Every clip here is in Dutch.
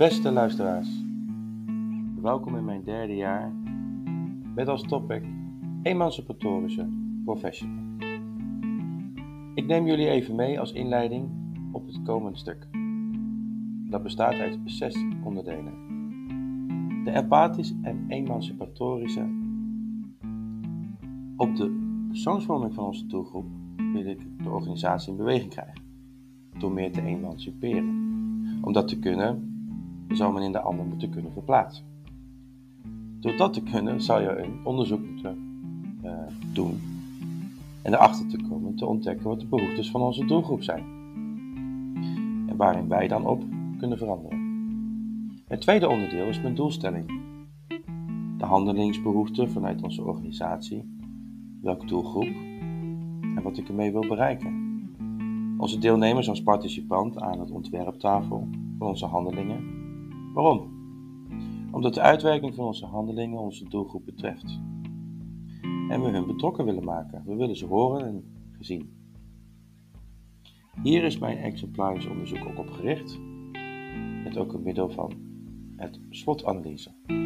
Beste luisteraars, welkom in mijn derde jaar met als topic Emancipatorische Professional. Ik neem jullie even mee als inleiding op het komende stuk. Dat bestaat uit 6 onderdelen. De empathische en emancipatorische. Op de persoonsvorming van onze doelgroep wil ik de organisatie in beweging krijgen, door meer te emanciperen. Om dat te kunnen, zou men in de ander moeten kunnen verplaatsen. Door dat te kunnen, zou je een onderzoek moeten doen en erachter te komen te ontdekken wat de behoeftes van onze doelgroep zijn. En waarin wij dan op kunnen veranderen. Het tweede onderdeel is mijn doelstelling. De handelingsbehoeften vanuit onze organisatie, welke doelgroep en wat ik ermee wil bereiken. Onze deelnemers als participant aan het ontwerptafel van onze handelingen. Waarom? Omdat de uitwerking van onze handelingen onze doelgroep betreft. En we hun betrokken willen maken. We willen ze horen en gezien. Hier is mijn exemplarisch onderzoek ook op gericht. Met ook een middel van het SWOT-analyse.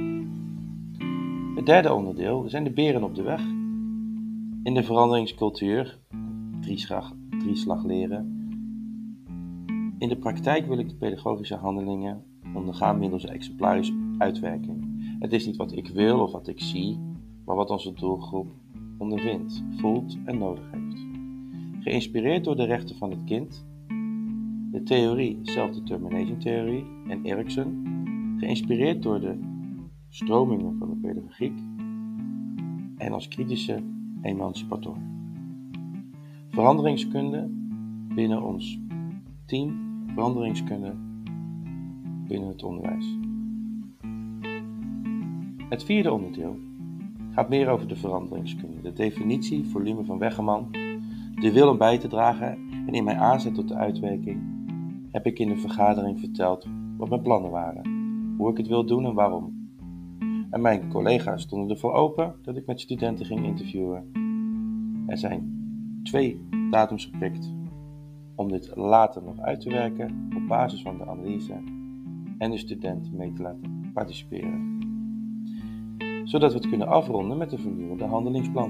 Het derde onderdeel zijn de beren op de weg. In de veranderingscultuur, drieslag leren. In de praktijk wil ik de pedagogische handelingen ondergaan middels exemplarische uitwerking. Het is niet wat ik wil of wat ik zie, maar wat onze doelgroep ondervindt, voelt en nodig heeft. Geïnspireerd door de rechten van het kind, de theorie Self-Determination Theory en Erikson, geïnspireerd door de stromingen van de pedagogiek en als kritische emancipator. Veranderingskunde binnen ons team, veranderingskunde binnen het onderwijs. Het vierde onderdeel gaat meer over de veranderingskunde, de definitie, volume van Wegeman, de wil om bij te dragen en in mijn aanzet tot de uitwerking heb ik in de vergadering verteld wat mijn plannen waren, hoe ik het wil doen en waarom. En mijn collega's stonden ervoor open dat ik met studenten ging interviewen. Er zijn 2 datums geprikt om dit later nog uit te werken op basis van de analyse en de studenten mee te laten participeren. Zodat we het kunnen afronden met een vernieuwende handelingsplan.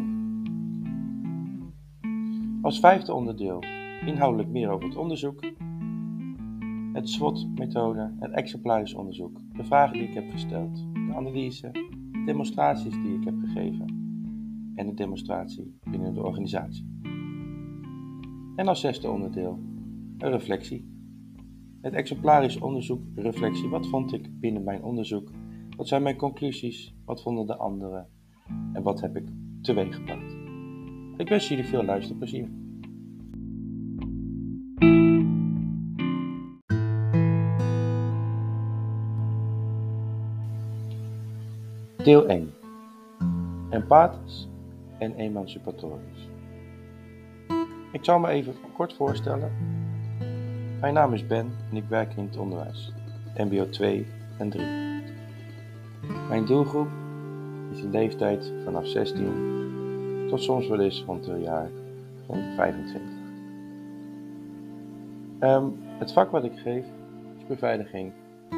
Als 5e onderdeel inhoudelijk meer over het onderzoek, het SWOT-methode, het exemplarisch onderzoek, de vragen die ik heb gesteld, de analyse, de demonstraties die ik heb gegeven en de demonstratie binnen de organisatie. En als 6e onderdeel, een reflectie. Het exemplarisch onderzoek, reflectie, wat vond ik binnen mijn onderzoek? Wat zijn mijn conclusies? Wat vonden de anderen? En wat heb ik teweeggebracht? Ik wens jullie veel luisterplezier. Deel 1. Empathisch en emancipatorisch. Ik zal me even kort voorstellen. Mijn naam is Ben en ik werk in het onderwijs, mbo 2 en 3. Mijn doelgroep is in leeftijd vanaf 16 tot soms wel eens rond het jaar van 25. Het vak wat ik geef is beveiliging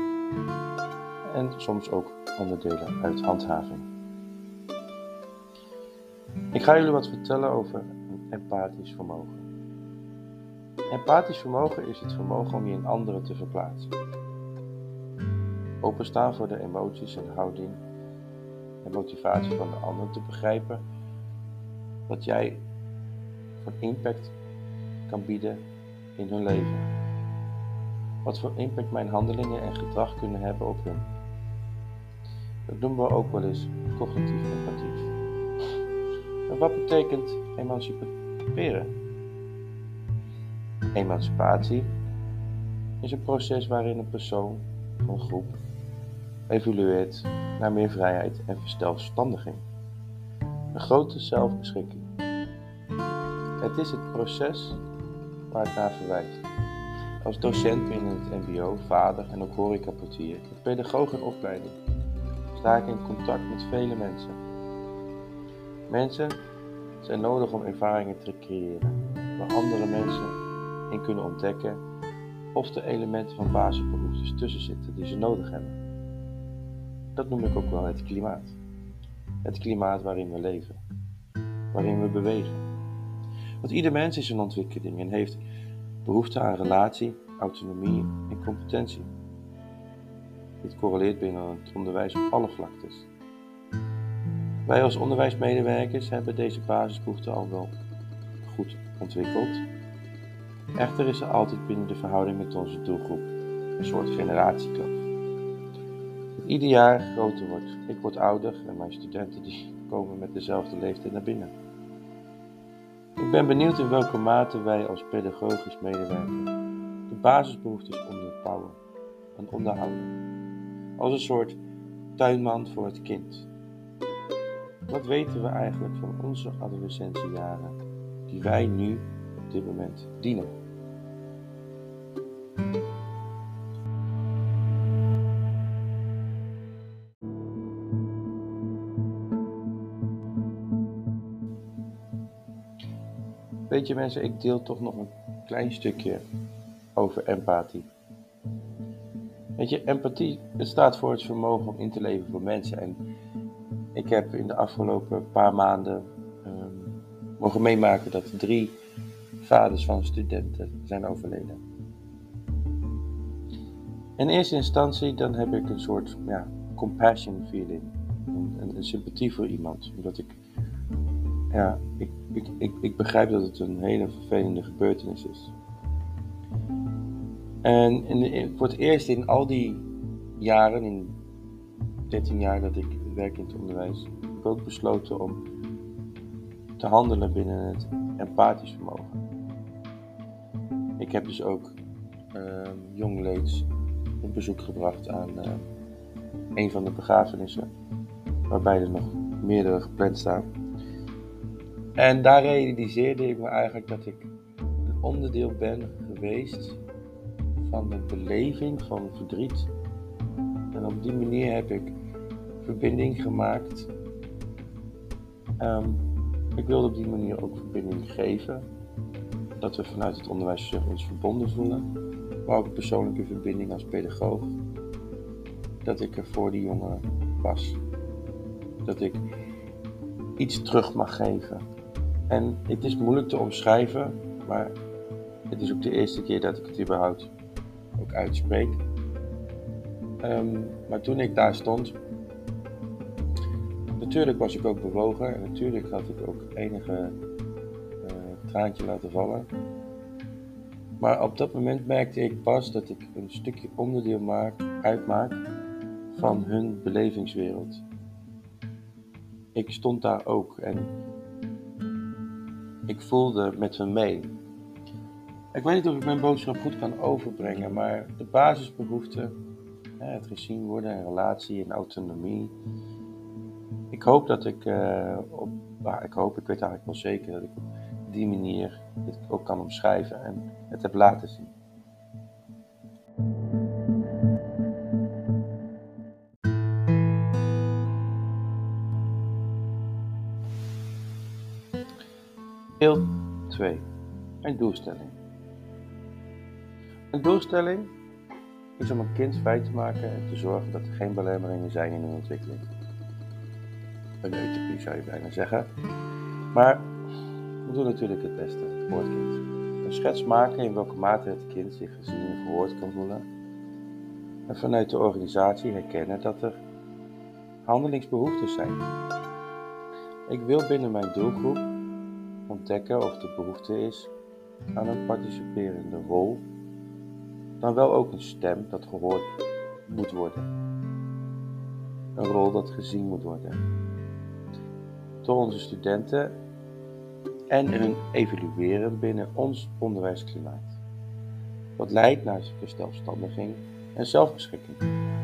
en soms ook onderdelen uit handhaving. Ik ga jullie wat vertellen over een empathisch vermogen. Empathisch vermogen is het vermogen om je in anderen te verplaatsen. Openstaan voor de emoties en houding en motivatie van de ander, te begrijpen wat jij voor impact kan bieden in hun leven. Wat voor impact mijn handelingen en gedrag kunnen hebben op hun. Dat noemen we ook wel eens cognitief empathie. En wat betekent emanciperen? Emancipatie is een proces waarin een persoon of een groep evolueert naar meer vrijheid en zelfstandiging. Een grote zelfbeschikking. Het is het proces waar het naar verwijst. Als docent binnen het mbo, vader en ook horecaportier, met pedagoog in opleiding, sta ik in contact met vele mensen. Mensen zijn nodig om ervaringen te creëren, waar andere mensen in kunnen ontdekken of de elementen van basisbehoeftes tussen zitten die ze nodig hebben. Dat noem ik ook wel het klimaat. Het klimaat waarin we leven, waarin we bewegen. Want ieder mens is een ontwikkeling en heeft behoefte aan relatie, autonomie en competentie. Dit correleert binnen het onderwijs op alle vlaktes. Wij als onderwijsmedewerkers hebben deze basisbehoeften al wel goed ontwikkeld. Echter is er altijd binnen de verhouding met onze doelgroep een soort generatiekloof. Dat ieder jaar groter wordt. Ik word ouder en mijn studenten die komen met dezelfde leeftijd naar binnen. Ik ben benieuwd in welke mate wij als pedagogisch medewerker de basisbehoeftes onderbouwen en onderhouden. Als een soort tuinman voor het kind. Wat weten we eigenlijk van onze adolescentiejaren die wij nu op dit moment dienen? Weet je mensen, ik deel toch nog een klein stukje over empathie. Weet je, empathie, het staat voor het vermogen om in te leven voor mensen. En ik heb in de afgelopen paar maanden mogen meemaken dat 3 vaders van studenten zijn overleden. In eerste instantie dan heb ik een soort compassion feeling, een sympathie voor iemand, omdat ik begrijp dat het een hele vervelende gebeurtenis is. En voor het eerst in al die jaren, in 13 jaar dat ik werk in het onderwijs, heb ik ook besloten om te handelen binnen het empathisch vermogen. Ik heb dus ook jongleeds op bezoek gebracht aan een van de begrafenissen, waarbij er nog meerdere gepland staan. En daar realiseerde ik me eigenlijk dat ik een onderdeel ben geweest van de beleving van verdriet. En op die manier heb ik verbinding gemaakt. Ik wilde op die manier ook verbinding geven. Dat we vanuit het onderwijs ons verbonden voelen. Maar ook een persoonlijke verbinding als pedagoog. Dat ik er voor die jongeren was. Dat ik iets terug mag geven. En het is moeilijk te omschrijven, maar het is ook de eerste keer dat ik het überhaupt ook uitspreek. Maar toen ik daar stond, natuurlijk was ik ook bewogen en natuurlijk had ik ook enige traantje laten vallen. Maar op dat moment merkte ik pas dat ik een stukje onderdeel uitmaak van hun belevingswereld. Ik stond daar ook en ik voelde met hen mee. Ik weet niet of ik mijn boodschap goed kan overbrengen, maar de basisbehoeften, het gezien worden en relatie en autonomie. Ik hoop dat ik ik weet eigenlijk wel zeker dat ik op die manier dit ook kan omschrijven en het heb laten zien. Deel 2. Een doelstelling. Een doelstelling is om een kind vrij te maken en te zorgen dat er geen belemmeringen zijn in hun ontwikkeling. Een utopie zou je bijna zeggen. Maar we doen natuurlijk het beste voor het kind. Een schets maken in welke mate het kind zich gezien en gehoord kan voelen. En vanuit de organisatie herkennen dat er handelingsbehoeftes zijn. Ik wil binnen mijn doelgroep ontdekken of er behoefte is aan een participerende rol, dan wel ook een stem dat gehoord moet worden. Een rol dat gezien moet worden. Door onze studenten en hun evalueren binnen ons onderwijsklimaat. Wat leidt naar verzelfstandiging en zelfbeschikking.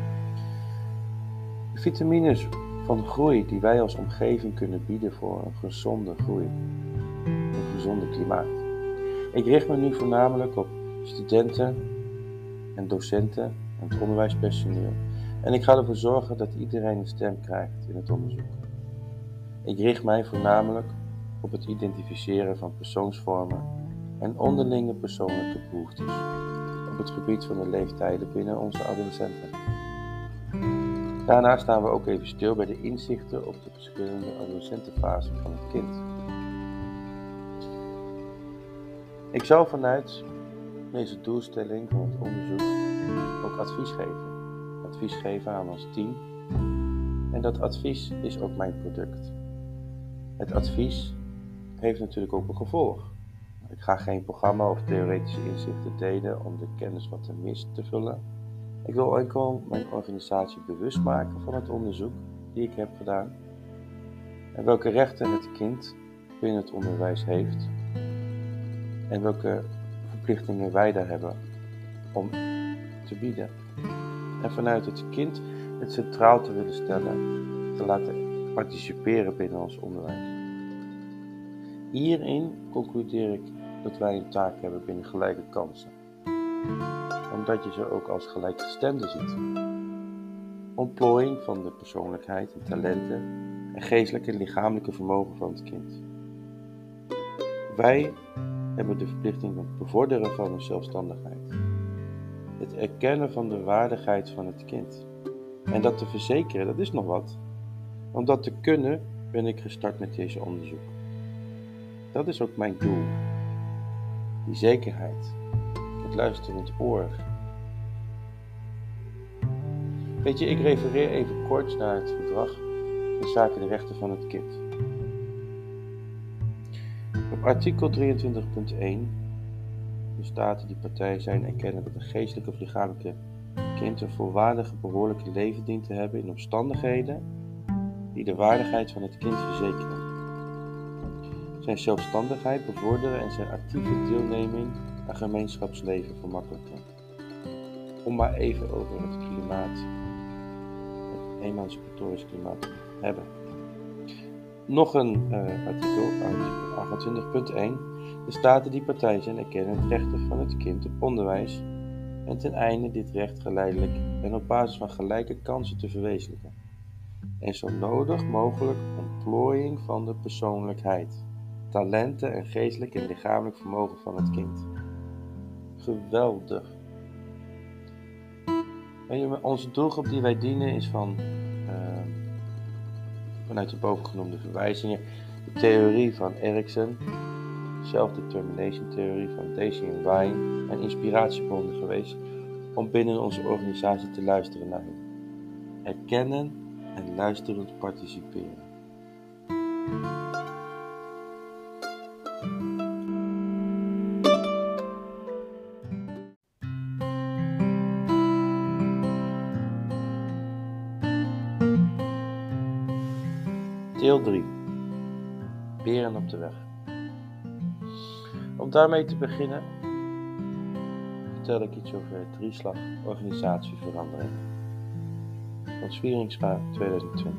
De vitamines van groei die wij als omgeving kunnen bieden voor een gezonde groei. Een gezonde klimaat. Ik richt me nu voornamelijk op studenten en docenten en het onderwijspersoneel. En ik ga ervoor zorgen dat iedereen een stem krijgt in het onderzoek. Ik richt mij voornamelijk op het identificeren van persoonsvormen en onderlinge persoonlijke behoeftes op het gebied van de leeftijden binnen onze adolescenten. Daarna staan we ook even stil bij de inzichten op de verschillende adolescentenfasen van het kind. Ik zal vanuit deze doelstelling van het onderzoek ook advies geven. Advies geven aan ons team. En dat advies is ook mijn product. Het advies heeft natuurlijk ook een gevolg. Ik ga geen programma of theoretische inzichten delen om de kennis wat er mist te vullen. Ik wil enkel mijn organisatie bewust maken van het onderzoek die ik heb gedaan en welke rechten het kind binnen het onderwijs heeft en welke verplichtingen wij daar hebben om te bieden. En vanuit het kind het centraal te willen stellen, te laten participeren binnen ons onderwijs. Hierin concludeer ik dat wij een taak hebben binnen gelijke kansen. Omdat je ze ook als gelijkgestemden ziet. Ontplooiing van de persoonlijkheid en talenten en geestelijke en lichamelijke vermogen van het kind. Wij hebben de verplichting van het bevorderen van hun zelfstandigheid. Het erkennen van de waardigheid van het kind. En dat te verzekeren, dat is nog wat. Om dat te kunnen, ben ik gestart met deze onderzoek. Dat is ook mijn doel. Die zekerheid. Het luisterend oor. Weet je, ik refereer even kort naar het verdrag in zaken de rechten van het kind. Op artikel 23.1 bestaat die partijen zijn erkennen dat een geestelijk of lichamelijke kind een volwaardige behoorlijke leven dient te hebben in omstandigheden die de waardigheid van het kind verzekeren. Zijn zelfstandigheid bevorderen en zijn actieve deelneming aan gemeenschapsleven vermakkelijken. Om maar even over het klimaat, het emancipatorisch klimaat te hebben. Nog een artikel 28.1. De staten die partij zijn erkennen het recht van het kind op onderwijs en ten einde dit recht geleidelijk en op basis van gelijke kansen te verwezenlijken. En zo nodig mogelijk ontplooiing van de persoonlijkheid, talenten en geestelijk en lichamelijk vermogen van het kind. Geweldig. Onze doelgroep die wij dienen is vanuit de bovengenoemde verwijzingen de theorie van Erikson, self-determination theorie van Daisy en Wine en inspiratiebronnen geweest om binnen onze organisatie te luisteren naar hen. Erkennen en luisterend participeren. Deel 3. Beren op de weg. Om daarmee te beginnen vertel ik iets over het drieslag organisatieverandering van Swieringsma 2020.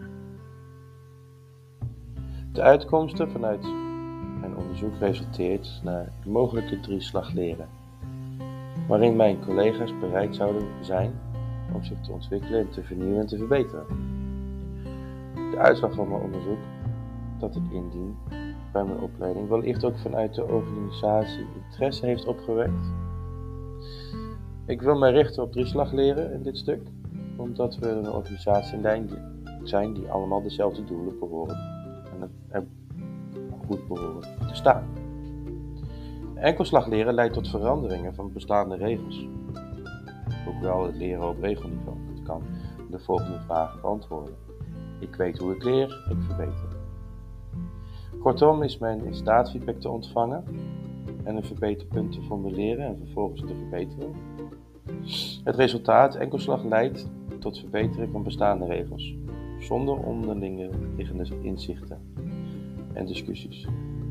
De uitkomsten vanuit mijn onderzoek resulteert naar de mogelijke drieslag leren, waarin mijn collega's bereid zouden zijn om zich te ontwikkelen en te vernieuwen en te verbeteren. De uitslag van mijn onderzoek dat ik indien bij mijn opleiding wellicht ook vanuit de organisatie interesse heeft opgewekt. Ik wil mij richten op drieslag leren in dit stuk, omdat we een organisatie zijn die allemaal dezelfde doelen behoren en er goed behoren te staan. Enkelslag leren leidt tot veranderingen van bestaande regels. Hoewel het leren op regelniveau. Het kan de volgende vragen beantwoorden. Ik weet hoe ik leer, ik verbeter. Kortom is men in staat feedback te ontvangen en een verbeterpunt te formuleren en vervolgens te verbeteren. Het resultaat enkelslag leidt tot verbetering van bestaande regels, zonder onderlinge liggende inzichten en discussies.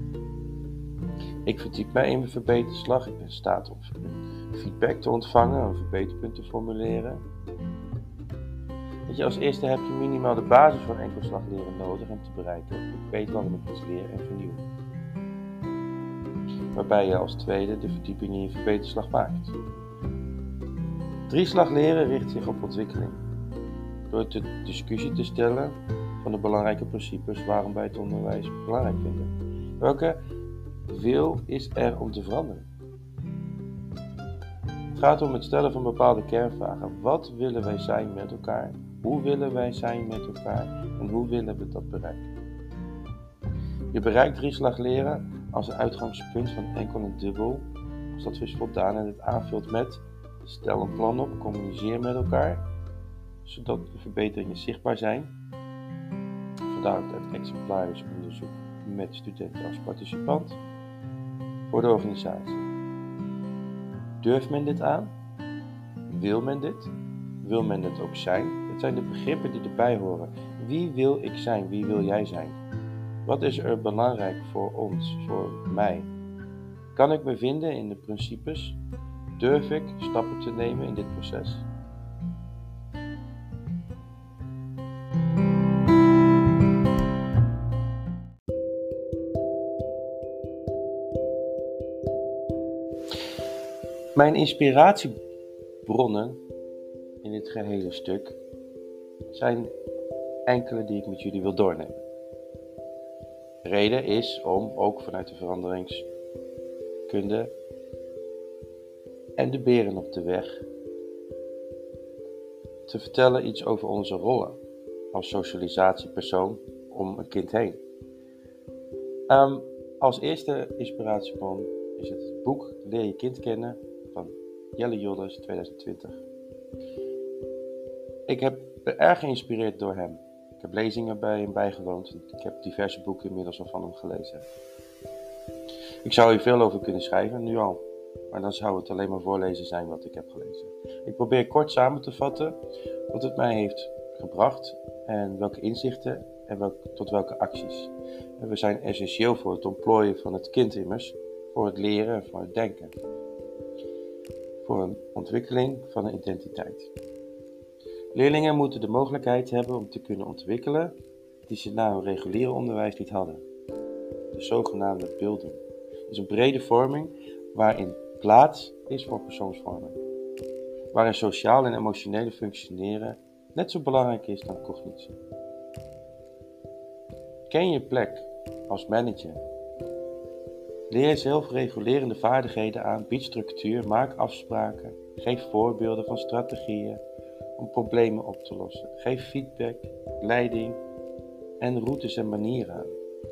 Ik verdiep mij in mijn verbeterslag, ik ben in staat om feedback te ontvangen, een verbeterpunt te formuleren. Als eerste heb je minimaal de basis van enkelslag leren nodig om te bereiken. Ik weet waarom ik iets leer en vernieuw. Waarbij je als tweede de verdieping in je verbeterslag maakt. Drieslag leren richt zich op ontwikkeling. Door de discussie te stellen van de belangrijke principes waarom wij het onderwijs belangrijk vinden. Welke wil is er om te veranderen? Het gaat om het stellen van bepaalde kernvragen. Wat willen wij zijn met elkaar? Hoe willen wij zijn met elkaar? En hoe willen we dat bereiken? Je bereikt drieslag leren als een uitgangspunt van enkel en dubbel, als dat is voldaan en het aanvult met stel een plan op, communiceer met elkaar, zodat de verbeteringen zichtbaar zijn. Vandaar ook het exemplarisch onderzoek met studenten als participant voor de organisatie. Durft men dit aan? Wil men dit? Wil men het ook zijn? Het zijn de begrippen die erbij horen. Wie wil ik zijn? Wie wil jij zijn? Wat is er belangrijk voor ons, voor mij? Kan ik me vinden in de principes? Durf ik stappen te nemen in dit proces? Mijn inspiratiebronnen in dit gehele stuk zijn enkele die ik met jullie wil doornemen. De reden is om ook vanuit de veranderingskunde en de beren op de weg te vertellen iets over onze rollen als socialisatiepersoon om een kind heen. Als eerste inspiratiebron is het boek Leer je kind kennen van Jelle Jodders 2020. Ik heb erg geïnspireerd door hem. Ik heb lezingen bij hem bijgewoond en ik heb diverse boeken inmiddels al van hem gelezen. Ik zou hier veel over kunnen schrijven, nu al. Maar dan zou het alleen maar voorlezen zijn wat ik heb gelezen. Ik probeer kort samen te vatten wat het mij heeft gebracht en welke inzichten en tot welke acties. En we zijn essentieel voor het ontplooien van het kind immers, voor het leren en voor het denken. Voor een ontwikkeling van een identiteit. Leerlingen moeten de mogelijkheid hebben om te kunnen ontwikkelen die ze na hun reguliere onderwijs niet hadden. De zogenaamde building. Het is een brede vorming waarin plaats is voor persoonsvorming. Waarin sociaal en emotionele functioneren net zo belangrijk is dan cognitie. Ken je plek als manager. Leer zelfregulerende vaardigheden aan, bied structuur, maak afspraken, geef voorbeelden van strategieën om problemen op te lossen. Geef feedback, leiding en routes en manieren aan.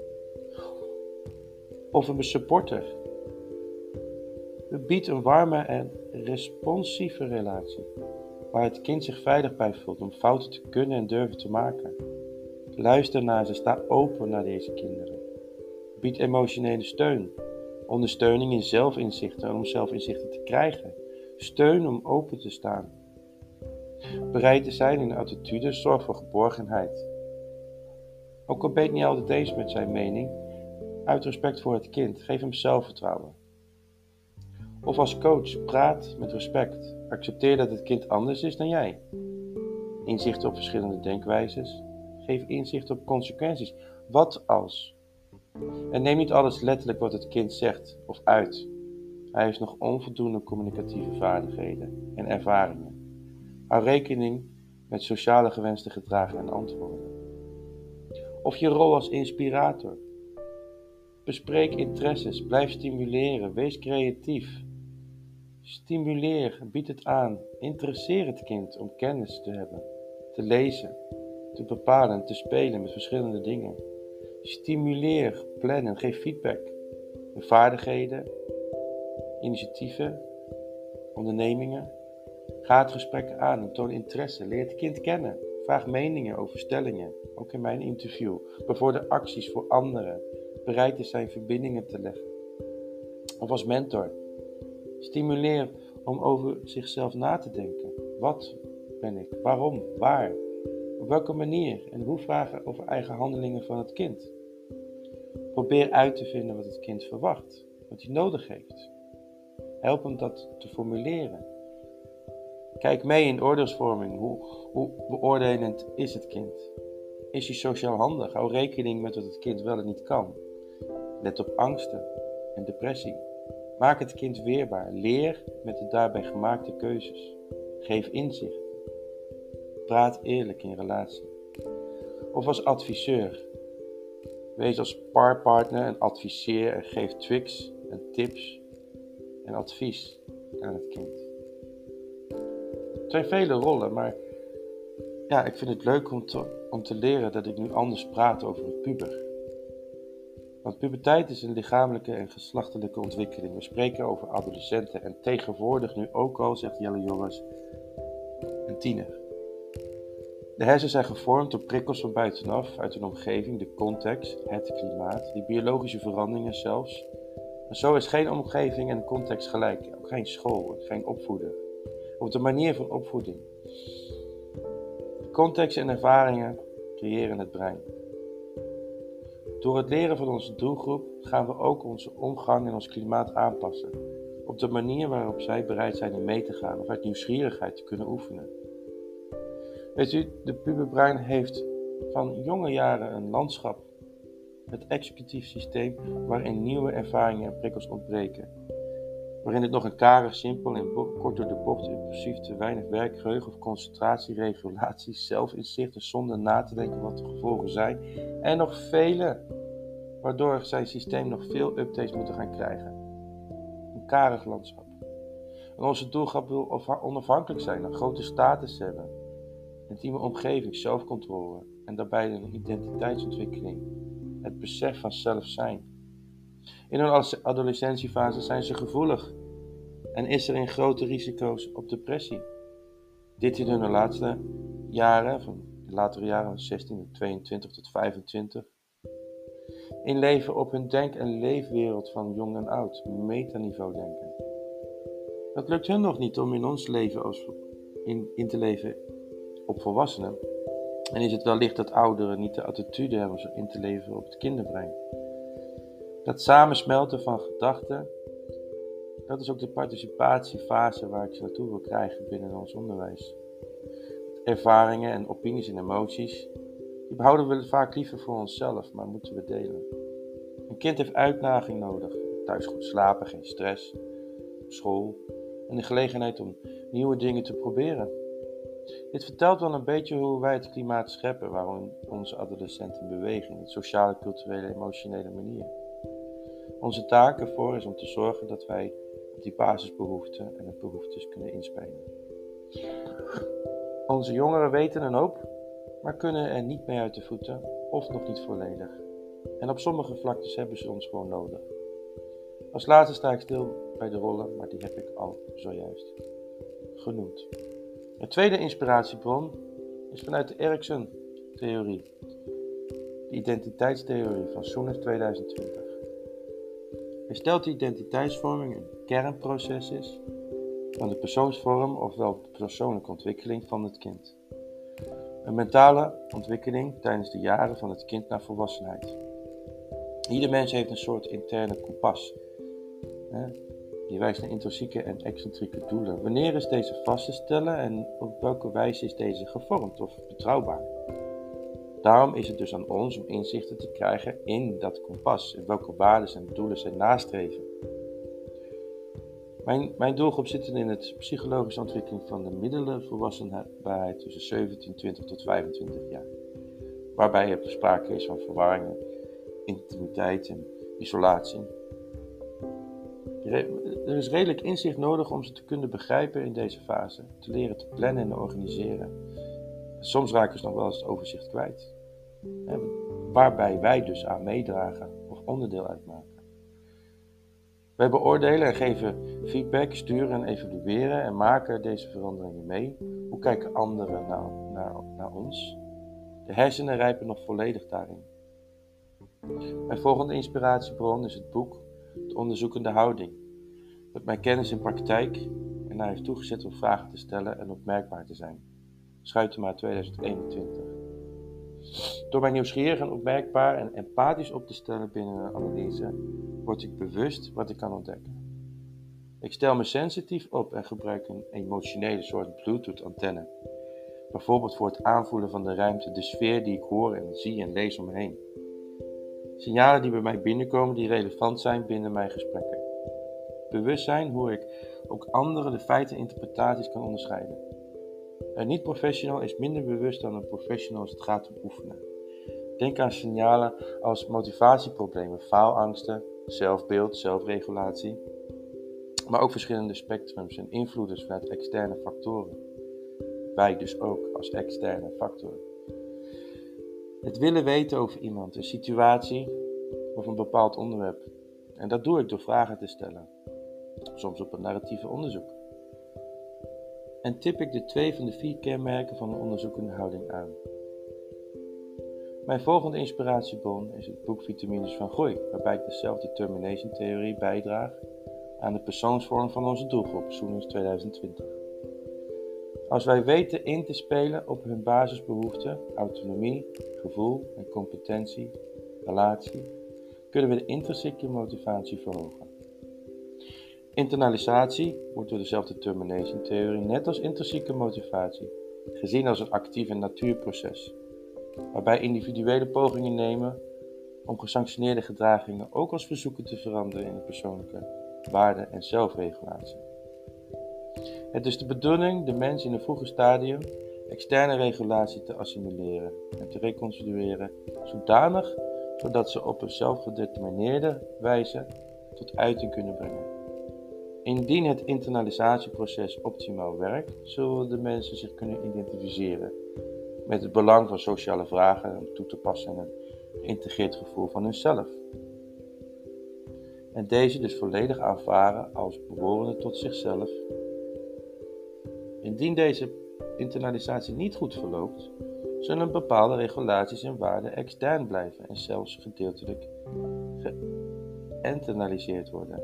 Of een supporter. Bied een warme en responsieve relatie, waar het kind zich veilig bij voelt om fouten te kunnen en durven te maken. Luister naar ze, sta open naar deze kinderen. Bied emotionele steun, ondersteuning in zelfinzichten om zelfinzichten te krijgen. Steun om open te staan. Bereid te zijn in attitude, zorg voor geborgenheid. Ook al ben je het niet altijd eens met zijn mening, uit respect voor het kind, geef hem zelfvertrouwen. Of als coach, praat met respect. Accepteer dat het kind anders is dan jij. Inzicht op verschillende denkwijzes. Geef inzicht op consequenties. Wat als? En neem niet alles letterlijk wat het kind zegt of uit. Hij heeft nog onvoldoende communicatieve vaardigheden en ervaringen. Hou rekening met sociale gewenste gedragen en antwoorden. Of je rol als inspirator. Bespreek interesses, blijf stimuleren, wees creatief. Stimuleer, bied het aan, interesseer het kind om kennis te hebben, te lezen, te bepalen en te spelen met verschillende dingen. Stimuleer, plannen, geef feedback. En vaardigheden, initiatieven, ondernemingen. Ga het gesprek aan en toon interesse, leer het kind kennen. Vraag meningen over stellingen, ook in mijn interview. Bevorder acties voor anderen, bereid te zijn verbindingen te leggen. Of als mentor. Stimuleer om over zichzelf na te denken. Wat ben ik? Waarom? Waar? Op welke manier? En hoe vragen over eigen handelingen van het kind. Probeer uit te vinden wat het kind verwacht, wat hij nodig heeft. Help hem dat te formuleren. Kijk mee in oordeelsvorming. Hoe beoordelend is het kind? Is hij sociaal handig? Hou rekening met wat het kind wel en niet kan. Let op angsten en depressie. Maak het kind weerbaar. Leer met de daarbij gemaakte keuzes. Geef inzichten. Praat eerlijk in relatie. Of als adviseur. Wees als partner en adviseer en geef tricks en tips en advies aan het kind. Het zijn vele rollen, maar ja, ik vind het leuk om te leren dat ik nu anders praat over het puber. Want puberteit is een lichamelijke en geslachtelijke ontwikkeling. We spreken over adolescenten en tegenwoordig nu ook al, zegt Jelle Joris, een tiener. De hersenen zijn gevormd door prikkels van buitenaf, uit een omgeving, de context, het klimaat, die biologische veranderingen zelfs. En zo is geen omgeving en context gelijk, ook geen school, geen opvoeder. Of de manier van opvoeding. Context en ervaringen creëren het brein. Door het leren van onze doelgroep gaan we ook onze omgang en ons klimaat aanpassen. Op de manier waarop zij bereid zijn in mee te gaan of uit nieuwsgierigheid te kunnen oefenen. Weet u, de puberbrein heeft van jonge jaren een landschap, het executief systeem, waarin nieuwe ervaringen en prikkels ontbreken. Waarin het nog een karig, simpel en kort door de bocht, impulsief, te weinig werkgeheugen of concentratie, regulatie, zelfinzichten zonder na te denken wat de gevolgen zijn. En nog vele, waardoor zijn systeem nog veel updates moet gaan krijgen. Een karig landschap. En onze doelgroep wil onafhankelijk zijn, een grote status hebben. Intieme omgeving, zelfcontrole en daarbij een identiteitsontwikkeling. Het besef van zelf zijn. In hun adolescentiefase zijn ze gevoelig en is er een grote risico's op depressie. Dit in hun latere jaren, van 16 22 tot 25. Inleven op hun denk- en leefwereld van jong en oud, metaniveau denken. Dat lukt hun nog niet om in ons leven in te leven op volwassenen. En is het wellicht dat ouderen niet de attitude hebben om in te leven op het kinderbrein. Dat samensmelten van gedachten, dat is ook de participatiefase waar ik ze naartoe wil krijgen binnen ons onderwijs. Ervaringen en opinies en emoties, die behouden we vaak liever voor onszelf, maar moeten we delen. Een kind heeft uitdaging nodig, thuis goed slapen, geen stress, op school en de gelegenheid om nieuwe dingen te proberen. Dit vertelt wel een beetje hoe wij het klimaat scheppen waarom onze adolescenten bewegen, op sociale, culturele, emotionele manier. Onze taak ervoor is om te zorgen dat wij op die basisbehoeften en de behoeftes kunnen inspelen. Onze jongeren weten een hoop, maar kunnen er niet mee uit de voeten of nog niet volledig. En op sommige vlaktes hebben ze ons gewoon nodig. Als laatste sta ik stil bij de rollen, maar die heb ik al zojuist genoemd. Een tweede inspiratiebron is vanuit de Erikson-theorie, de identiteitstheorie van Soeners 2020. Hij stelt de identiteitsvorming een kernproces is van de persoonsvorm ofwel de persoonlijke ontwikkeling van het kind. Een mentale ontwikkeling tijdens de jaren van het kind naar volwassenheid. Ieder mens heeft een soort interne kompas. Die wijst naar intrinsieke en excentrieke doelen. Wanneer is deze vast te stellen en op welke wijze is deze gevormd of betrouwbaar? Daarom is het dus aan ons om inzichten te krijgen in dat kompas en welke waarden en doelen zij nastreven. Mijn doelgroep zit in het psychologische ontwikkeling van de middelenvolwassenheid tussen 17, 20 tot 25 jaar. Waarbij er sprake is van verwarringen, intimiteit en isolatie. Er is redelijk inzicht nodig om ze te kunnen begrijpen in deze fase, te leren te plannen en te organiseren. Soms raken ze nog wel eens het overzicht kwijt, waarbij wij dus aan meedragen of onderdeel uitmaken. Wij beoordelen en geven feedback, sturen en evalueren en maken deze veranderingen mee. Hoe kijken anderen naar ons? De hersenen rijpen nog volledig daarin. Mijn volgende inspiratiebron is het boek De Onderzoekende Houding, dat mijn kennis in praktijk ernaar heeft toegezet om vragen te stellen en opmerkbaar te zijn. Schuitema 2021. Door mij nieuwsgierig en opmerkbaar en empathisch op te stellen binnen een analyse, word ik bewust wat ik kan ontdekken. Ik stel me sensitief op en gebruik een emotionele soort Bluetooth-antenne. Bijvoorbeeld voor het aanvoelen van de ruimte, de sfeer die ik hoor en zie en lees om me heen. Signalen die bij mij binnenkomen die relevant zijn binnen mijn gesprekken. Bewustzijn hoe ik ook anderen de feiten en interpretaties kan onderscheiden. Een niet-professional is minder bewust dan een professional als het gaat om oefenen. Denk aan signalen als motivatieproblemen, faalangsten, zelfbeeld, zelfregulatie, maar ook verschillende spectrums en invloeders vanuit externe factoren. wij dus ook als externe factor, het willen weten over iemand, een situatie of een bepaald onderwerp. En dat doe ik door vragen te stellen, soms op een narratieve onderzoek. En tip ik de 2 van de 4 kenmerken van een onderzoekende houding aan. Mijn volgende inspiratiebron is het boek Vitamines van Groei, waarbij ik de self-determination theorie bijdraag aan de persoonsvorm van onze doelgroep, Soenens 2020. Als wij weten in te spelen op hun basisbehoeften, autonomie, gevoel en competentie, relatie, kunnen we de intrinsieke motivatie verhogen. Internalisatie wordt door de self-determination theorie net als intrinsieke motivatie gezien als een actief en natuurproces, waarbij individuele pogingen nemen om gesanctioneerde gedragingen ook als verzoeken te veranderen in een persoonlijke waarde- en zelfregulatie. Het is de bedoeling de mens in een vroege stadium externe regulatie te assimileren en te reconstrueren zodat ze op een zelfgedetermineerde wijze tot uiting kunnen brengen. Indien het internalisatieproces optimaal werkt, zullen de mensen zich kunnen identificeren met het belang van sociale vragen om toe te passen en een geïntegreerd gevoel van hunzelf. En deze dus volledig aanvaarden als behorende tot zichzelf. Indien deze internalisatie niet goed verloopt, zullen bepaalde regulaties en waarden extern blijven en zelfs gedeeltelijk geïnternaliseerd worden.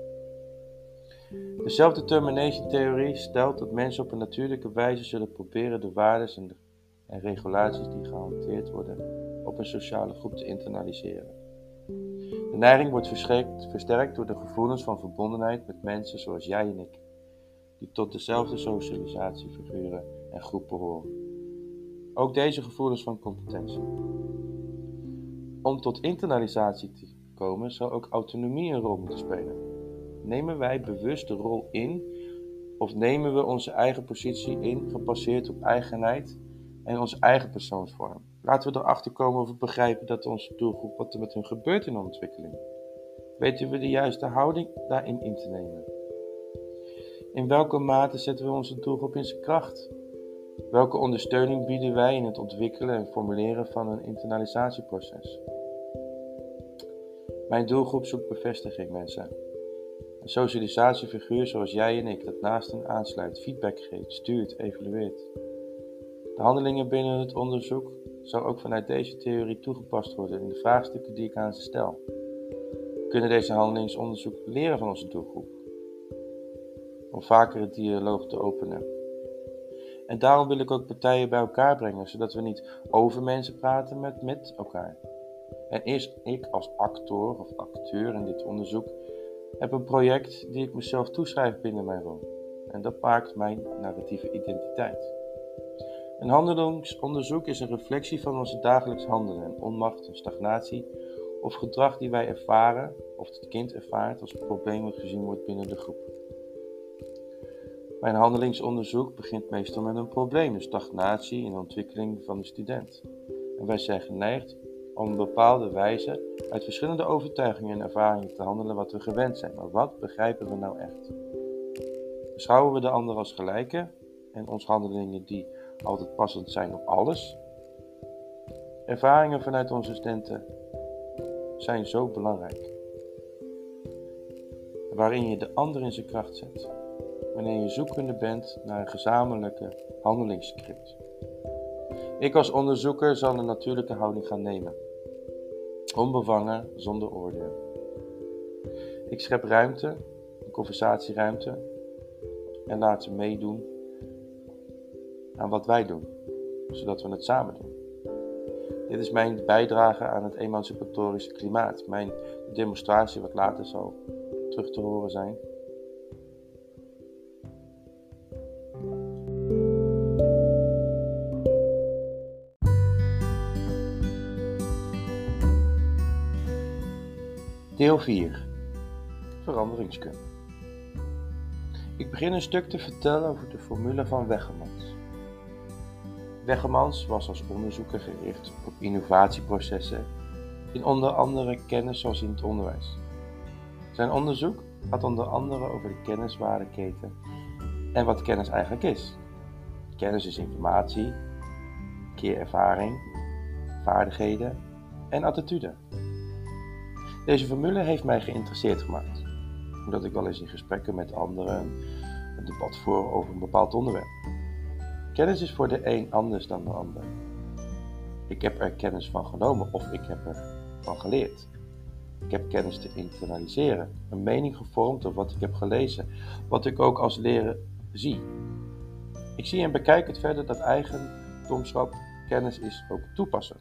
De self-determination theorie stelt dat mensen op een natuurlijke wijze zullen proberen de waarden en regulaties die gehanteerd worden op een sociale groep te internaliseren. De neiging wordt versterkt door de gevoelens van verbondenheid met mensen zoals jij en ik, die tot dezelfde socialisatiefiguren en groepen horen. Ook deze gevoelens van competentie. Om tot internalisatie te komen, zal ook autonomie een rol moeten spelen. Nemen wij bewust de rol in, of nemen we onze eigen positie in, gebaseerd op eigenheid en onze eigen persoonsvorm? Laten we erachter komen of we begrijpen dat onze doelgroep wat er met hun gebeurt in de ontwikkeling. Weten we de juiste houding daarin in te nemen? In welke mate zetten we onze doelgroep in zijn kracht? Welke ondersteuning bieden wij in het ontwikkelen en formuleren van een internalisatieproces? Mijn doelgroep zoekt bevestiging, mensen. Een socialisatiefiguur zoals jij en ik, dat naast hen aansluit, feedback geeft, stuurt, evalueert. De handelingen binnen het onderzoek zou ook vanuit deze theorie toegepast worden in de vraagstukken die ik aan ze stel. We kunnen deze handelingsonderzoek leren van onze doelgroep, om vaker het dialoog te openen. En daarom wil ik ook partijen bij elkaar brengen, zodat we niet over mensen praten, maar met elkaar. En eerst ik als actor of acteur in dit onderzoek heb een project die ik mezelf toeschrijf binnen mijn rol. En dat maakt mijn narratieve identiteit. Een handelingsonderzoek is een reflectie van onze dagelijks handelen en onmacht, een stagnatie of gedrag die wij ervaren of het kind ervaart als een probleem wat gezien wordt binnen de groep. Mijn handelingsonderzoek begint meestal met een probleem, een stagnatie in de ontwikkeling van de student. En wij zijn geneigd om op een bepaalde wijze uit verschillende overtuigingen en ervaringen te handelen wat we gewend zijn. Maar wat begrijpen we nou echt? Beschouwen we de ander als gelijke en onze handelingen die altijd passend zijn op alles? Ervaringen vanuit onze studenten zijn zo belangrijk. Waarin je de ander in zijn kracht zet. Wanneer je zoekende bent naar een gezamenlijke handelingsscript. Ik als onderzoeker zal een natuurlijke houding gaan nemen. Onbevangen, zonder oordeel. Ik schep ruimte, een conversatieruimte en laat ze meedoen aan wat wij doen, zodat we het samen doen. Dit is mijn bijdrage aan het emancipatorische klimaat, mijn demonstratie wat later zal terug te horen zijn. Deel 4. Veranderingskunde. Ik begin een stuk te vertellen over de formule van Wegemans. Wegemans was als onderzoeker gericht op innovatieprocessen in onder andere kennis zoals in het onderwijs. Zijn onderzoek gaat onder andere over de kenniswaardeketen en wat kennis eigenlijk is. Kennis is informatie, keer ervaring, vaardigheden en attitude. Deze formule heeft mij geïnteresseerd gemaakt, omdat ik wel eens in gesprekken met anderen een debat voer over een bepaald onderwerp. Kennis is voor de een anders dan de ander. Ik heb er kennis van genomen of ik heb er van geleerd. Ik heb kennis te internaliseren, een mening gevormd door wat ik heb gelezen, wat ik ook als leren zie. Ik zie en bekijk het verder dat eigendomschap kennis is ook toepassen.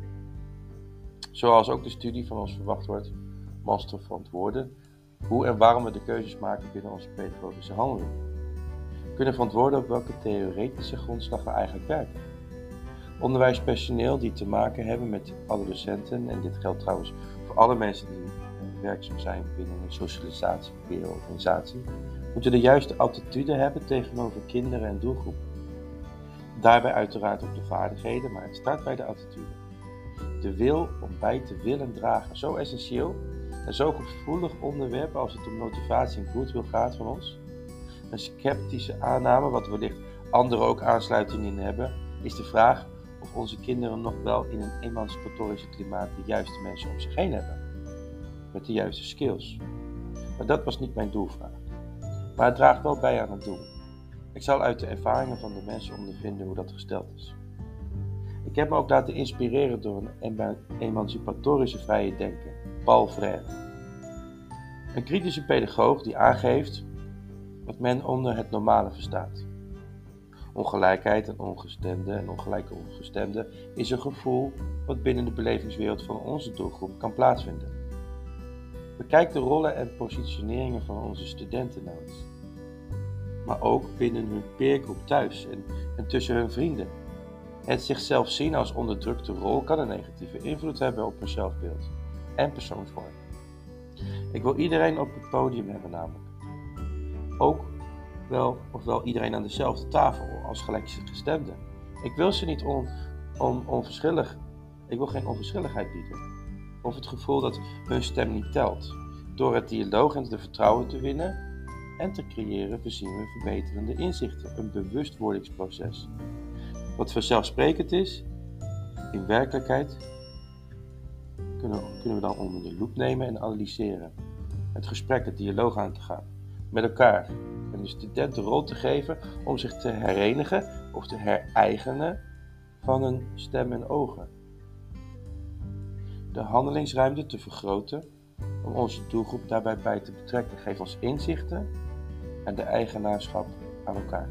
Zoals ook de studie van ons verwacht wordt, master verantwoorden, hoe en waarom we de keuzes maken binnen onze pedagogische handeling. Kunnen verantwoorden op welke theoretische grondslag we eigenlijk werken. Onderwijspersoneel die te maken hebben met alle docenten, en dit geldt trouwens voor alle mensen die werkzaam zijn binnen een socialisatieorganisatie, moeten de juiste attitude hebben tegenover kinderen en doelgroepen. Daarbij uiteraard ook de vaardigheden, maar het start bij de attitude. De wil om bij te willen dragen, zo essentieel en zo gevoelig onderwerp als het om motivatie en goodwill gaat van ons. Een sceptische aanname, wat wellicht anderen ook aansluiting in hebben, is de vraag of onze kinderen nog wel in een emancipatorisch klimaat de juiste mensen om zich heen hebben, met de juiste skills. Maar dat was niet mijn doelvraag. Maar het draagt wel bij aan het doel. Ik zal uit de ervaringen van de mensen ondervinden hoe dat gesteld is. Ik heb me ook laten inspireren door een emancipatorische vrije denker, Paul Freire. Een kritische pedagoog die aangeeft wat men onder het normale verstaat. Ongelijkheid en ongestemde en ongelijke ongestemde is een gevoel wat binnen de belevingswereld van onze doelgroep kan plaatsvinden. Bekijk de rollen en positioneringen van onze studenten nou eens. Maar ook binnen hun peergroep thuis en tussen hun vrienden. Het zichzelf zien als onderdrukte rol kan een negatieve invloed hebben op hun zelfbeeld en persoonsvorming. Ik wil iedereen op het podium hebben namelijk. Ook wel iedereen aan dezelfde tafel als gelijkgestemden. Ik wil ze niet onverschillig. Ik wil geen onverschilligheid bieden. Of het gevoel dat hun stem niet telt. Door het dialoog en de vertrouwen te winnen en te creëren voorzien we verbeterende inzichten. Een bewustwordingsproces. Wat vanzelfsprekend is, in werkelijkheid kunnen we dan onder de loep nemen en analyseren. Het gesprek, het dialoog aan te gaan. Met elkaar. En de student de rol te geven om zich te herenigen of te hereigenen van een stem en ogen. De handelingsruimte te vergroten om onze doelgroep daarbij bij te betrekken. Geeft ons inzichten en de eigenaarschap aan elkaar.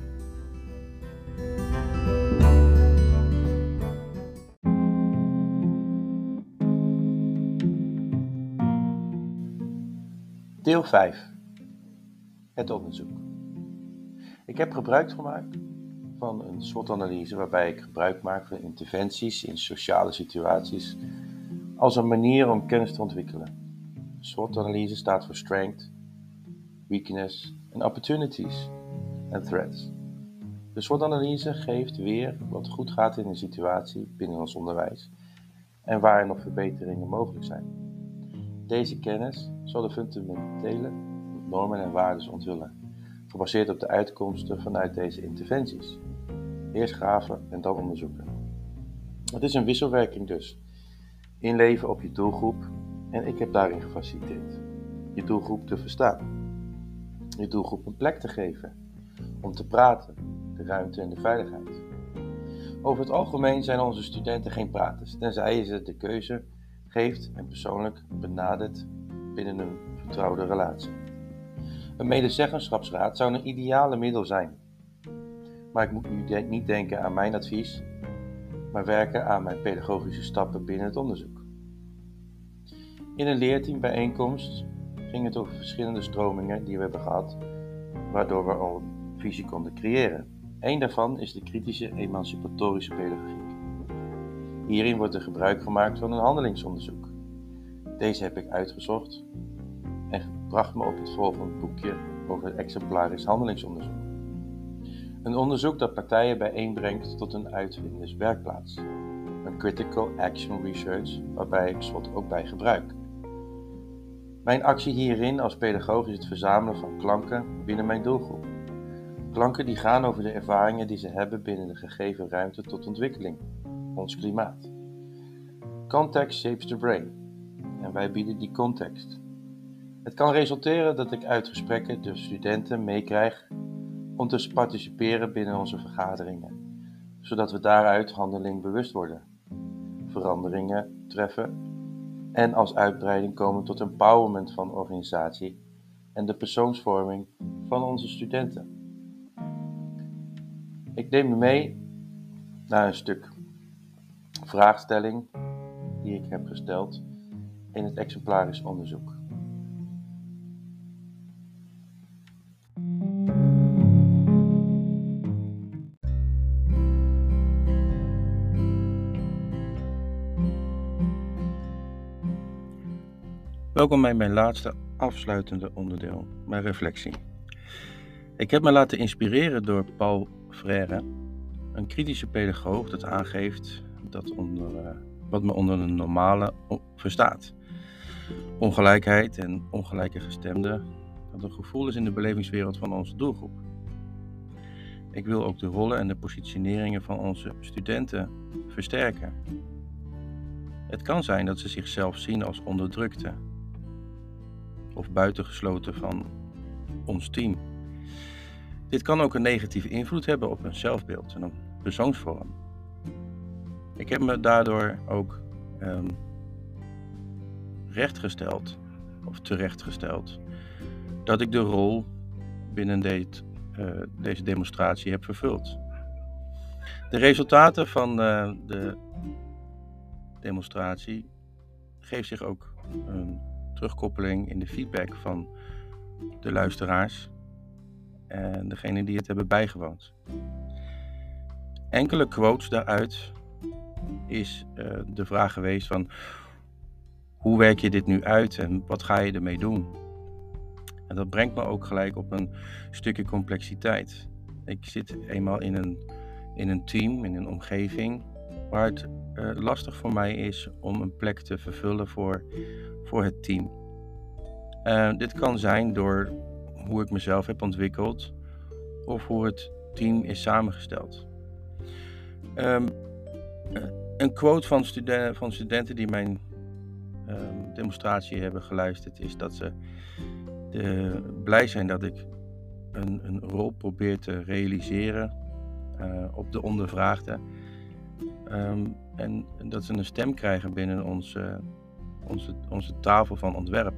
Deel 5. Het onderzoek. Ik heb gebruik gemaakt van een SWOT-analyse waarbij ik gebruik maak van interventies in sociale situaties als een manier om kennis te ontwikkelen. SWOT-analyse staat voor Strength, Weakness en Opportunities en Threats. De SWOT-analyse geeft weer wat goed gaat in een situatie binnen ons onderwijs en waar er nog verbeteringen mogelijk zijn. Deze kennis zal de fundamentele normen en waarden onthullen, gebaseerd op de uitkomsten vanuit deze interventies. Eerst graven en dan onderzoeken. Het is een wisselwerking dus. Inleven op je doelgroep en ik heb daarin gefaciliteerd. Je doelgroep te verstaan. Je doelgroep een plek te geven. Om te praten. De ruimte en de veiligheid. Over het algemeen zijn onze studenten geen praters, tenzij je ze de keuze geeft en persoonlijk benadert binnen een vertrouwde relatie. Een medezeggenschapsraad zou een ideale middel zijn. Maar ik moet nu niet denken aan mijn advies, maar werken aan mijn pedagogische stappen binnen het onderzoek. In een leerteambijeenkomst ging het over verschillende stromingen die we hebben gehad, waardoor we al een visie konden creëren. Eén daarvan is de kritische emancipatorische pedagogiek. Hierin wordt er gebruik gemaakt van een handelingsonderzoek. Deze heb ik uitgezocht en bracht me op het volgende boekje over exemplarisch handelingsonderzoek. Een onderzoek dat partijen bijeenbrengt tot een uitvinderswerkplaats. Een critical action research waarbij ik SWOT ook bij gebruik. Mijn actie hierin als pedagoog is het verzamelen van klanken binnen mijn doelgroep. Klanken die gaan over de ervaringen die ze hebben binnen de gegeven ruimte tot ontwikkeling, ons klimaat. Context shapes the brain en wij bieden die context. Het kan resulteren dat ik uit gesprekken de studenten meekrijg om te participeren binnen onze vergaderingen, zodat we daaruit handeling bewust worden, veranderingen treffen en als uitbreiding komen tot empowerment van organisatie en de persoonsvorming van onze studenten. Ik neem u mee naar een stuk vraagstelling die ik heb gesteld in het exemplarisch onderzoek. Welkom bij mijn laatste afsluitende onderdeel, mijn reflectie. Ik heb me laten inspireren door Paul Freire, een kritische pedagoog dat aangeeft wat men onder een normale verstaat. Ongelijkheid en ongelijke gestemden, dat een gevoel is in de belevingswereld van onze doelgroep. Ik wil ook de rollen en de positioneringen van onze studenten versterken. Het kan zijn dat ze zichzelf zien als onderdrukte of buitengesloten van ons team. Dit kan ook een negatieve invloed hebben op hun zelfbeeld en op persoonsvorm. Ik heb me daardoor ook terechtgesteld dat ik de rol binnen deze demonstratie heb vervuld. De resultaten van de demonstratie geeft zich ook een terugkoppeling in de feedback van de luisteraars en degenen die het hebben bijgewoond. Enkele quotes daaruit is de vraag geweest van hoe werk je dit nu uit en wat ga je ermee doen? En dat brengt me ook gelijk op een stukje complexiteit. Ik zit eenmaal in een team, in een omgeving waar het lastig voor mij is om een plek te vervullen voor het team. Dit kan zijn door hoe ik mezelf heb ontwikkeld of hoe het team is samengesteld. Een quote van studenten die mijn demonstratie hebben geluisterd is dat ze blij zijn dat ik een rol probeer te realiseren op de ondervraagden. En dat ze een stem krijgen binnen onze tafel van ontwerp.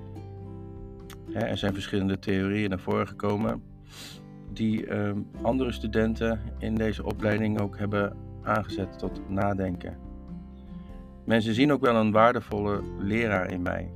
Er zijn verschillende theorieën naar voren gekomen die andere studenten in deze opleiding ook hebben aangezet tot nadenken. Mensen zien ook wel een waardevolle leraar in mij.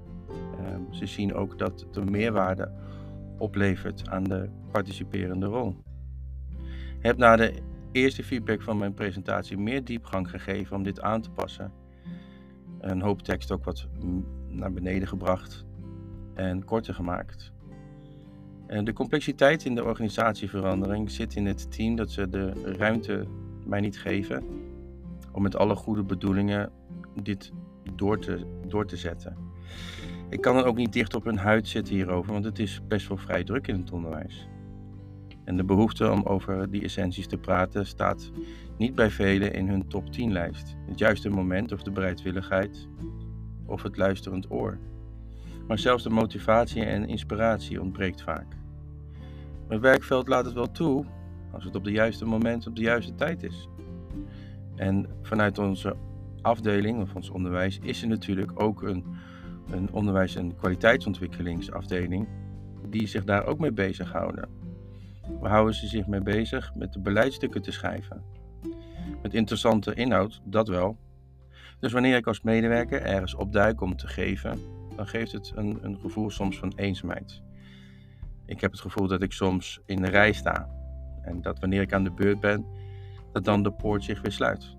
Ze zien ook dat het een meerwaarde oplevert aan de participerende rol. Ik heb na de eerste feedback van mijn presentatie meer diepgang gegeven om dit aan te passen. Een hoop tekst ook wat naar beneden gebracht en korter gemaakt. En de complexiteit in de organisatieverandering zit in het team dat ze de ruimte mij niet geven om met alle goede bedoelingen dit door te zetten. Ik kan dan ook niet dicht op hun huid zitten hierover, want het is best wel vrij druk in het onderwijs. En de behoefte om over die essenties te praten staat niet bij velen in hun top 10 lijst. Het juiste moment of de bereidwilligheid of het luisterend oor. Maar zelfs de motivatie en inspiratie ontbreekt vaak. Mijn werkveld laat het wel toe als het op de juiste moment op de juiste tijd is. En vanuit onze afdeling of ons onderwijs is er natuurlijk ook een onderwijs- en kwaliteitsontwikkelingsafdeling die zich daar ook mee bezighouden. Waar houden ze zich mee bezig? Met de beleidsstukken te schrijven. Met interessante inhoud, dat wel. Dus wanneer ik als medewerker ergens opduik om te geven, dan geeft het een gevoel soms van eenzaamheid. Ik heb het gevoel dat ik soms in de rij sta. En dat wanneer ik aan de beurt ben, dat dan de poort zich weer sluit.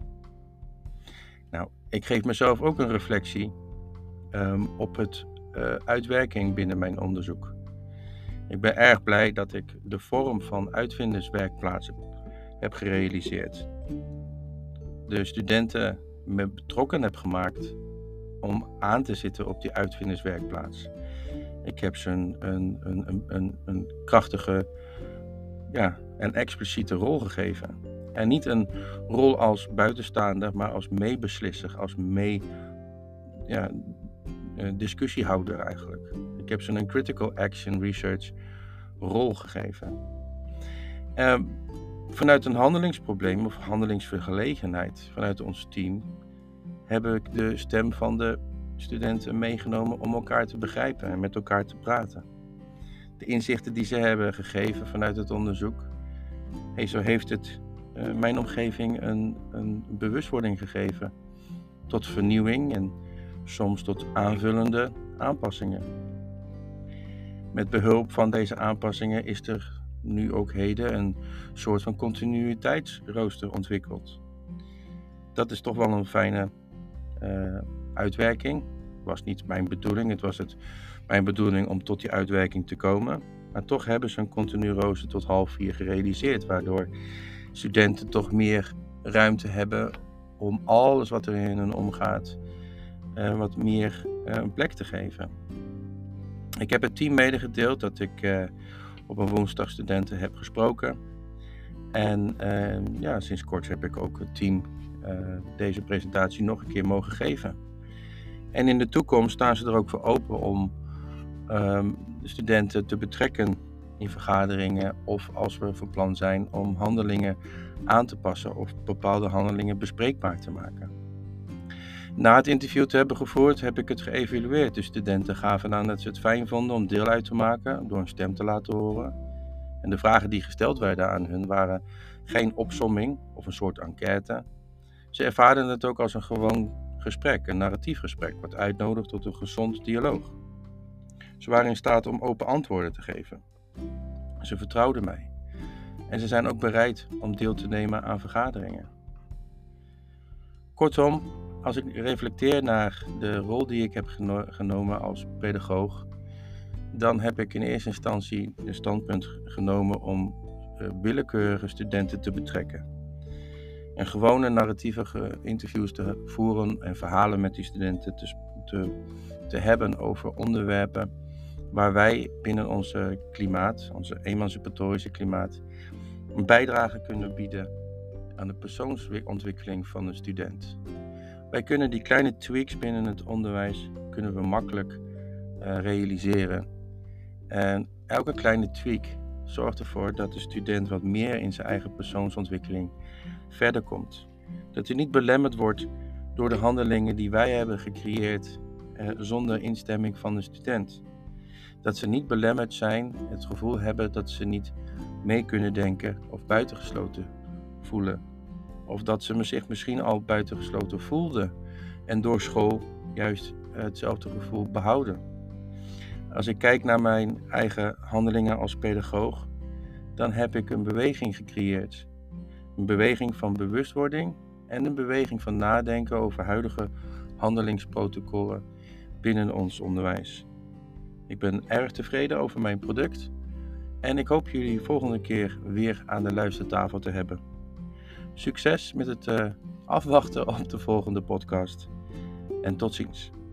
Nou, ik geef mezelf ook een reflectie op het uitwerking binnen mijn onderzoek. Ik ben erg blij dat ik de vorm van uitvinderswerkplaatsen heb gerealiseerd. De studenten me betrokken heb gemaakt om aan te zitten op die uitvinderswerkplaats. Ik heb ze een krachtige een expliciete rol gegeven. En niet een rol als buitenstaander, maar als meebeslisser, als discussiehouder eigenlijk. Ik heb ze een critical action research rol gegeven. Vanuit een handelingsprobleem of handelingsvergelegenheid vanuit ons team heb ik de stem van de studenten meegenomen om elkaar te begrijpen en met elkaar te praten. De inzichten die ze hebben gegeven vanuit het onderzoek, zo heeft het mijn omgeving een bewustwording gegeven tot vernieuwing en soms tot aanvullende aanpassingen. Met behulp van deze aanpassingen is er nu ook heden een soort van continuïteitsrooster ontwikkeld. Dat is toch wel een fijne uitwerking. Was niet mijn bedoeling, het was mijn bedoeling om tot die uitwerking te komen. Maar toch hebben ze een continu rooster tot 3:30 gerealiseerd, waardoor studenten toch meer ruimte hebben om alles wat er in hen omgaat wat meer een plek te geven. Ik heb het team medegedeeld dat ik op een woensdag studenten heb gesproken. En sinds kort heb ik ook het team deze presentatie nog een keer mogen geven. En in de toekomst staan ze er ook voor open om de studenten te betrekken in vergaderingen of als we van plan zijn om handelingen aan te passen of bepaalde handelingen bespreekbaar te maken. Na het interview te hebben gevoerd heb ik het geëvalueerd. De studenten gaven aan dat ze het fijn vonden om deel uit te maken door een stem te laten horen. En de vragen die gesteld werden aan hun waren geen opsomming of een soort enquête. Ze ervaarden het ook als een gewoon gesprek, een narratief gesprek, wat uitnodigt tot een gezond dialoog. Ze waren in staat om open antwoorden te geven. Ze vertrouwden mij. En ze zijn ook bereid om deel te nemen aan vergaderingen. Kortom, als ik reflecteer naar de rol die ik heb genomen als pedagoog, dan heb ik in eerste instantie een standpunt genomen om willekeurige studenten te betrekken. En gewone narratieve interviews te voeren en verhalen met die studenten te hebben over onderwerpen waar wij binnen onze klimaat, onze emancipatorische klimaat, een bijdrage kunnen bieden aan de persoonsontwikkeling van een student. Wij kunnen die kleine tweaks binnen het onderwijs kunnen we makkelijk realiseren. En elke kleine tweak zorgt ervoor dat de student wat meer in zijn eigen persoonsontwikkeling verder komt. Dat hij niet belemmerd wordt door de handelingen die wij hebben gecreëerd zonder instemming van de student. Dat ze niet belemmerd zijn, het gevoel hebben dat ze niet mee kunnen denken of buitengesloten voelen. Of dat ze zich misschien al buitengesloten voelden en door school juist hetzelfde gevoel behouden. Als ik kijk naar mijn eigen handelingen als pedagoog, dan heb ik een beweging gecreëerd. Een beweging van bewustwording en een beweging van nadenken over huidige handelingsprotocollen binnen ons onderwijs. Ik ben erg tevreden over mijn product en ik hoop jullie volgende keer weer aan de luistertafel te hebben. Succes met het afwachten op de volgende podcast en tot ziens.